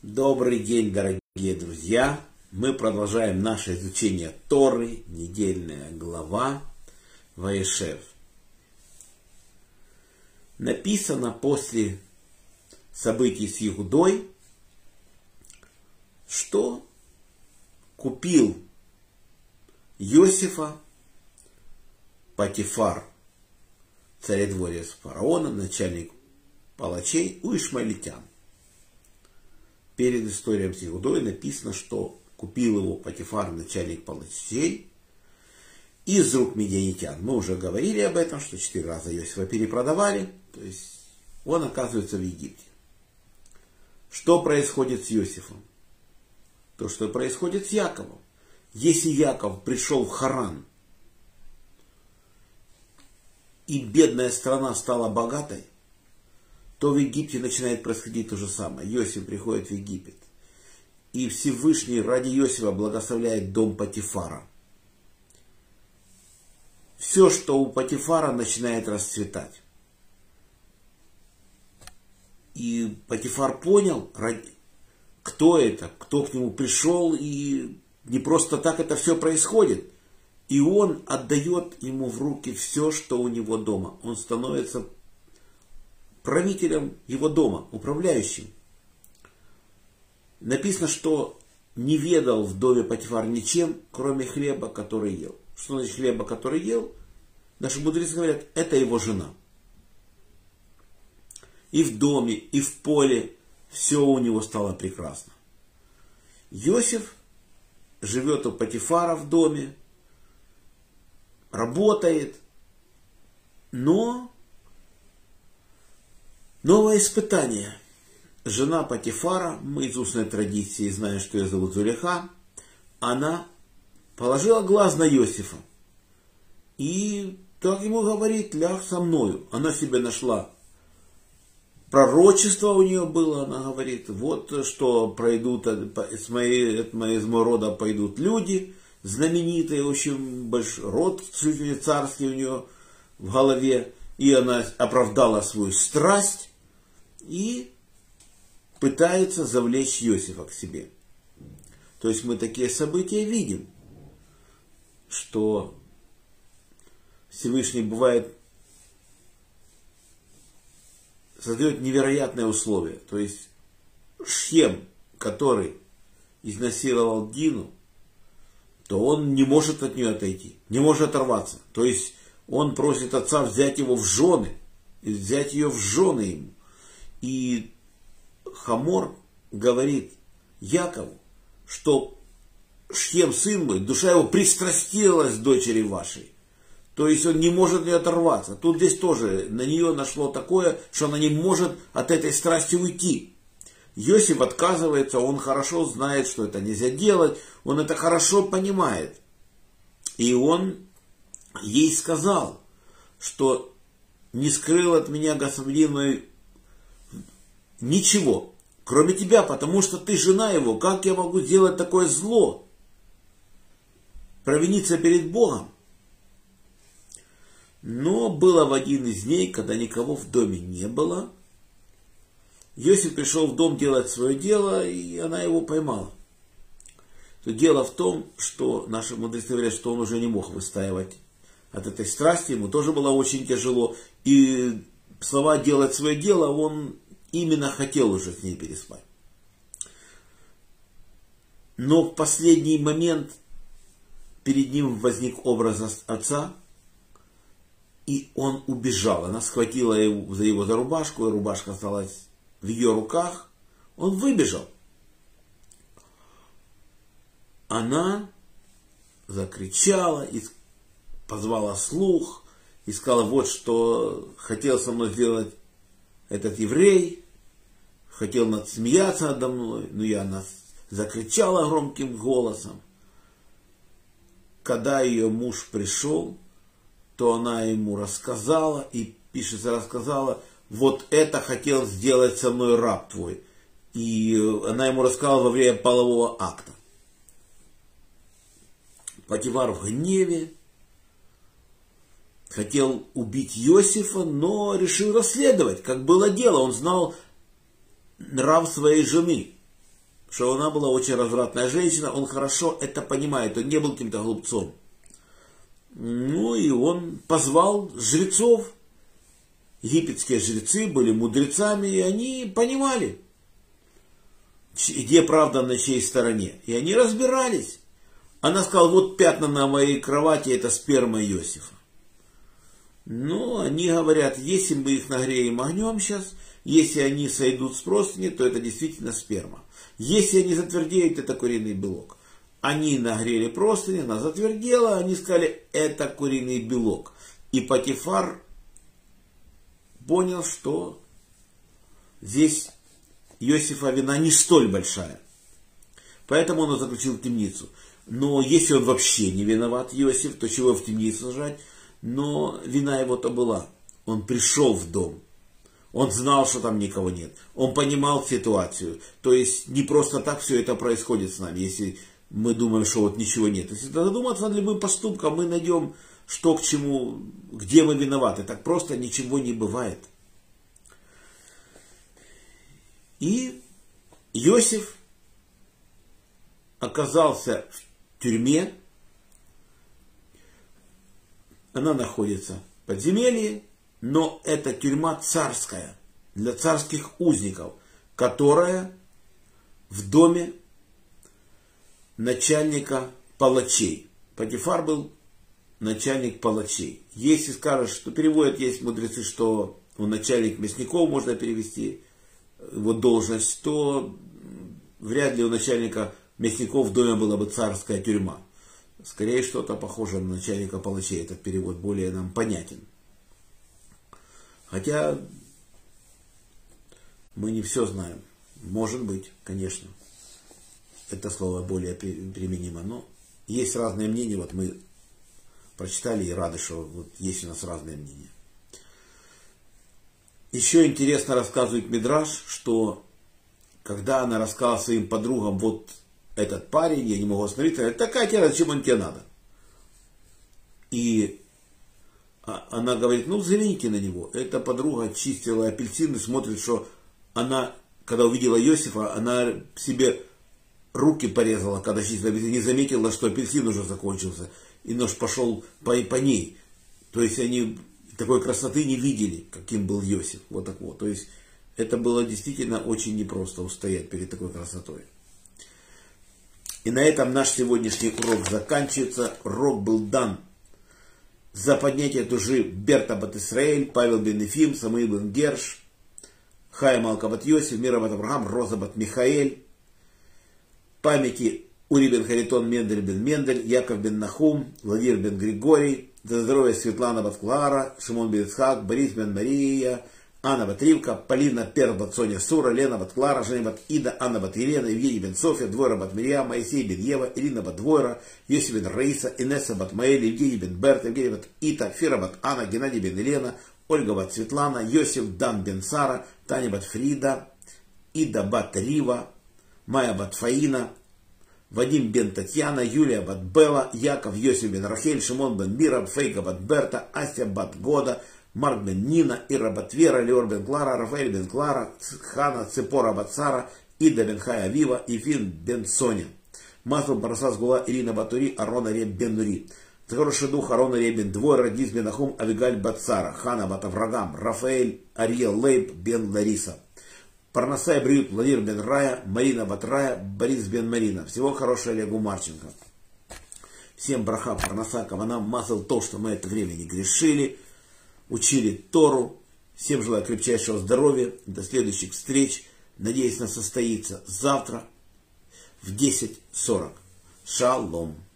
Добрый день, дорогие друзья! Мы продолжаем наше изучение Торы, недельная глава Ваешев. Написано после событий с Иудой, что купил Иосифа Потифар, царедворец фараона, начальник палачей у ишмаэлитян. Перед историей с Иудой написано, что купил его Потифар, начальник палачей, из рук медианитян. Мы уже говорили об этом, что 4 раза Иосифа перепродавали, то есть он оказывается в Египте. Что происходит с Иосифом? То, что происходит с Яковом. Если Яков пришел в Харан, и бедная страна стала богатой, то в Египте начинает происходить то же самое. Иосиф приходит в Египет. И Всевышний ради Иосифа благословляет дом Потифара. Все, что у Потифара, начинает расцветать. И Потифар понял, кто это, кто к нему пришел, и не просто так это все происходит. И он отдает ему в руки все, что у него дома. Он становится правителем его дома, управляющим. Написано, что не ведал в доме Потифар ничем, кроме хлеба, который ел. Что значит хлеба, который ел? Наши мудрецы говорят, это его жена. И в доме, и в поле все у него стало прекрасно. Иосиф живет у Потифара в доме, работает, но новое испытание. Жена Потифара, мы из устной традиции знаем, что ее зовут Зулейха, она положила глаз на Иосифа. И так ему говорит, ляг со мною. Она себе нашла пророчество у нее было, она говорит, вот что пройдут, из моего рода пойдут люди, знаменитые, очень большой род, чуть ли не царский у нее в голове. И она оправдала свою страсть и пытается завлечь Иосифа к себе. То есть мы такие события видим, что Всевышний бывает создает невероятные условия. То есть Шхем, который изнасиловал Дину, то он не может от нее отойти, не может оторваться. То есть он просит отца взять его в жены, и взять ее в жены ему. И Хамор говорит Якову, что Шхем, сын мой, душа его пристрастилась к дочери вашей. То есть он не может от нее оторваться. Тут здесь тоже на нее нашло такое, что она не может от этой страсти уйти. Иосиф отказывается, он хорошо знает, что это нельзя делать, он это хорошо понимает. И он ей сказал, что не скрыл от меня господин мой ничего, кроме тебя, потому что ты жена его, как я могу сделать такое зло? Провиниться перед Богом? Но было в один из дней, когда никого в доме не было, Иосиф пришел в дом делать свое дело, и она его поймала. То дело в том, что наши мудрецы говорят, что он уже не мог выстаивать от этой страсти, ему тоже было очень тяжело. И слова «делать свое дело» он именно хотел уже с ней переспать. Но в последний момент перед ним возник образ отца, и он убежал. Она схватила его за рубашку, и рубашка осталась в ее руках. Он выбежал. Она закричала и позвала слух, и сказала, вот что хотел со мной сделать этот еврей, хотел надсмеяться надо мной, но она закричала громким голосом. Когда ее муж пришел, то она ему рассказала, и пишется, рассказала, вот это хотел сделать со мной раб твой. И она ему рассказала во время полового акта. Потифар в гневе хотел убить Иосифа, но решил расследовать, как было дело. Он знал нрав своей жены. что она была очень развратная женщина, он хорошо это понимает, он не был каким-то глупцом. Ну и он позвал жрецов. Египетские жрецы были мудрецами, и они понимали, где правда на чьей стороне. И они разбирались. Она сказала, вот пятна на моей кровати, это сперма Иосифа. Ну, они говорят, если мы их нагреем огнем сейчас, если они сойдут с простыни, то это действительно сперма. Если они затвердеют, это куриный белок. Они нагрели простыни, она затвердела, они сказали, это куриный белок. И Потифар понял, что здесь Иосифа вина не столь большая. Поэтому он заключил в темницу. Но если он вообще не виноват, Иосиф, то чего в темницу сажать? Но вина его-то была. Он пришел в дом. Он знал, что там никого нет. Он понимал ситуацию. То есть не просто так все это происходит с нами, если мы думаем, что вот ничего нет. Если задуматься над любым поступком, мы найдем, что к чему, где мы виноваты. Так просто ничего не бывает. И Иосиф оказался в тюрьме. Она находится в подземелье, но это тюрьма царская, для царских узников, которая в доме начальника палачей. Потифар был начальник палачей. Если скажешь, что переводят, есть мудрецы, что он начальник мясников, можно перевести его должность, то вряд ли у начальника мясников в доме была бы царская тюрьма. Скорее что-то похожее на начальника палачей. Этот перевод более нам понятен. Хотя мы не все знаем. Может быть, конечно. Это слово более применимо. Но есть разные мнения. Вот мы прочитали и рады, что вот есть у нас разные мнения. Еще интересно рассказывает Мидраш, что когда она рассказала своим подругам, вот этот парень, я не могу остановиться, говорит, такая тема, зачем он тебе надо? И она говорит, ну взгляните на него. Эта подруга чистила апельсины, смотрит, что она, когда увидела Иосифа, она себе руки порезала, когда чистила апельсины, не заметила, что апельсин уже закончился. И нож пошел по ней. То есть они такой красоты не видели, каким был Иосиф. Вот так вот. То есть это было действительно очень непросто устоять перед такой красотой. И на этом наш сегодняшний урок заканчивается. Урок был дан за поднятие тужи Берта бат Исраэль, Павел бен Ефим, Самуил бен Герш, Хая Малка бат Йосиф, Мира бат Авраам, Роза бат Михаэль, памяти Ури бен Харитон, Мендель бен Мендель, Яков бен Нахум, Владимир бен Григорий, за здоровье Светлана бат Клара, Шимон бен Ицхак, Борис бен Мария, Анна бат Ривка, Полина Перл бат Соня Сура, Лена бат Клара, Женя бат Ида, Анна бат Елена, Евгений бен София, Двойра бат Мирьям, Моисей бен Ева, Ирина бат Двойра, Йосиф бен Раиса, Инесса бат Маэль, Евгений бен Берт, Евгений бат Ита, Фира бат Анна, Геннадий бен Елена, Ольга бат Светлана, Йосиф Дан бен Сара, Таня бат Фрида, Ида бат Рива, Майя бат Фаина, Вадим бен Татьяна, Юлия бат Белла, Яков Йосиф бен Рахель, Шимон бен Мира, Фейга бат Берта, Ася бат Года, Марк бен Нина, Ира бат Вера, Леор бен Клара, Рафаэль бен Клара, Хана, Цепора бат Сара, Ида бен Хая Вива, Ефин бен Соня. Маслом Парасас Гула, Ирина Батури, Арона Реб бен Нури. За хороший дух Арона Реб бен Двойра, Дис бен Ахум, Авигаль бат Сара, Хана бат Аврагам, Рафаэль, Ариел Лейб бен Лариса. Парнасай Бриют, Владимир бен Рая, Марина бат Рая, Борис бен Марина. Всего хорошего Олегу Марченко. Всем браха, Парнаса, Каванам, Масл, то, что мы это время не грешили, учили Тору. Всем желаю крепчайшего здоровья. До следующих встреч. Надеюсь, она состоится завтра в 10:40. Шалом.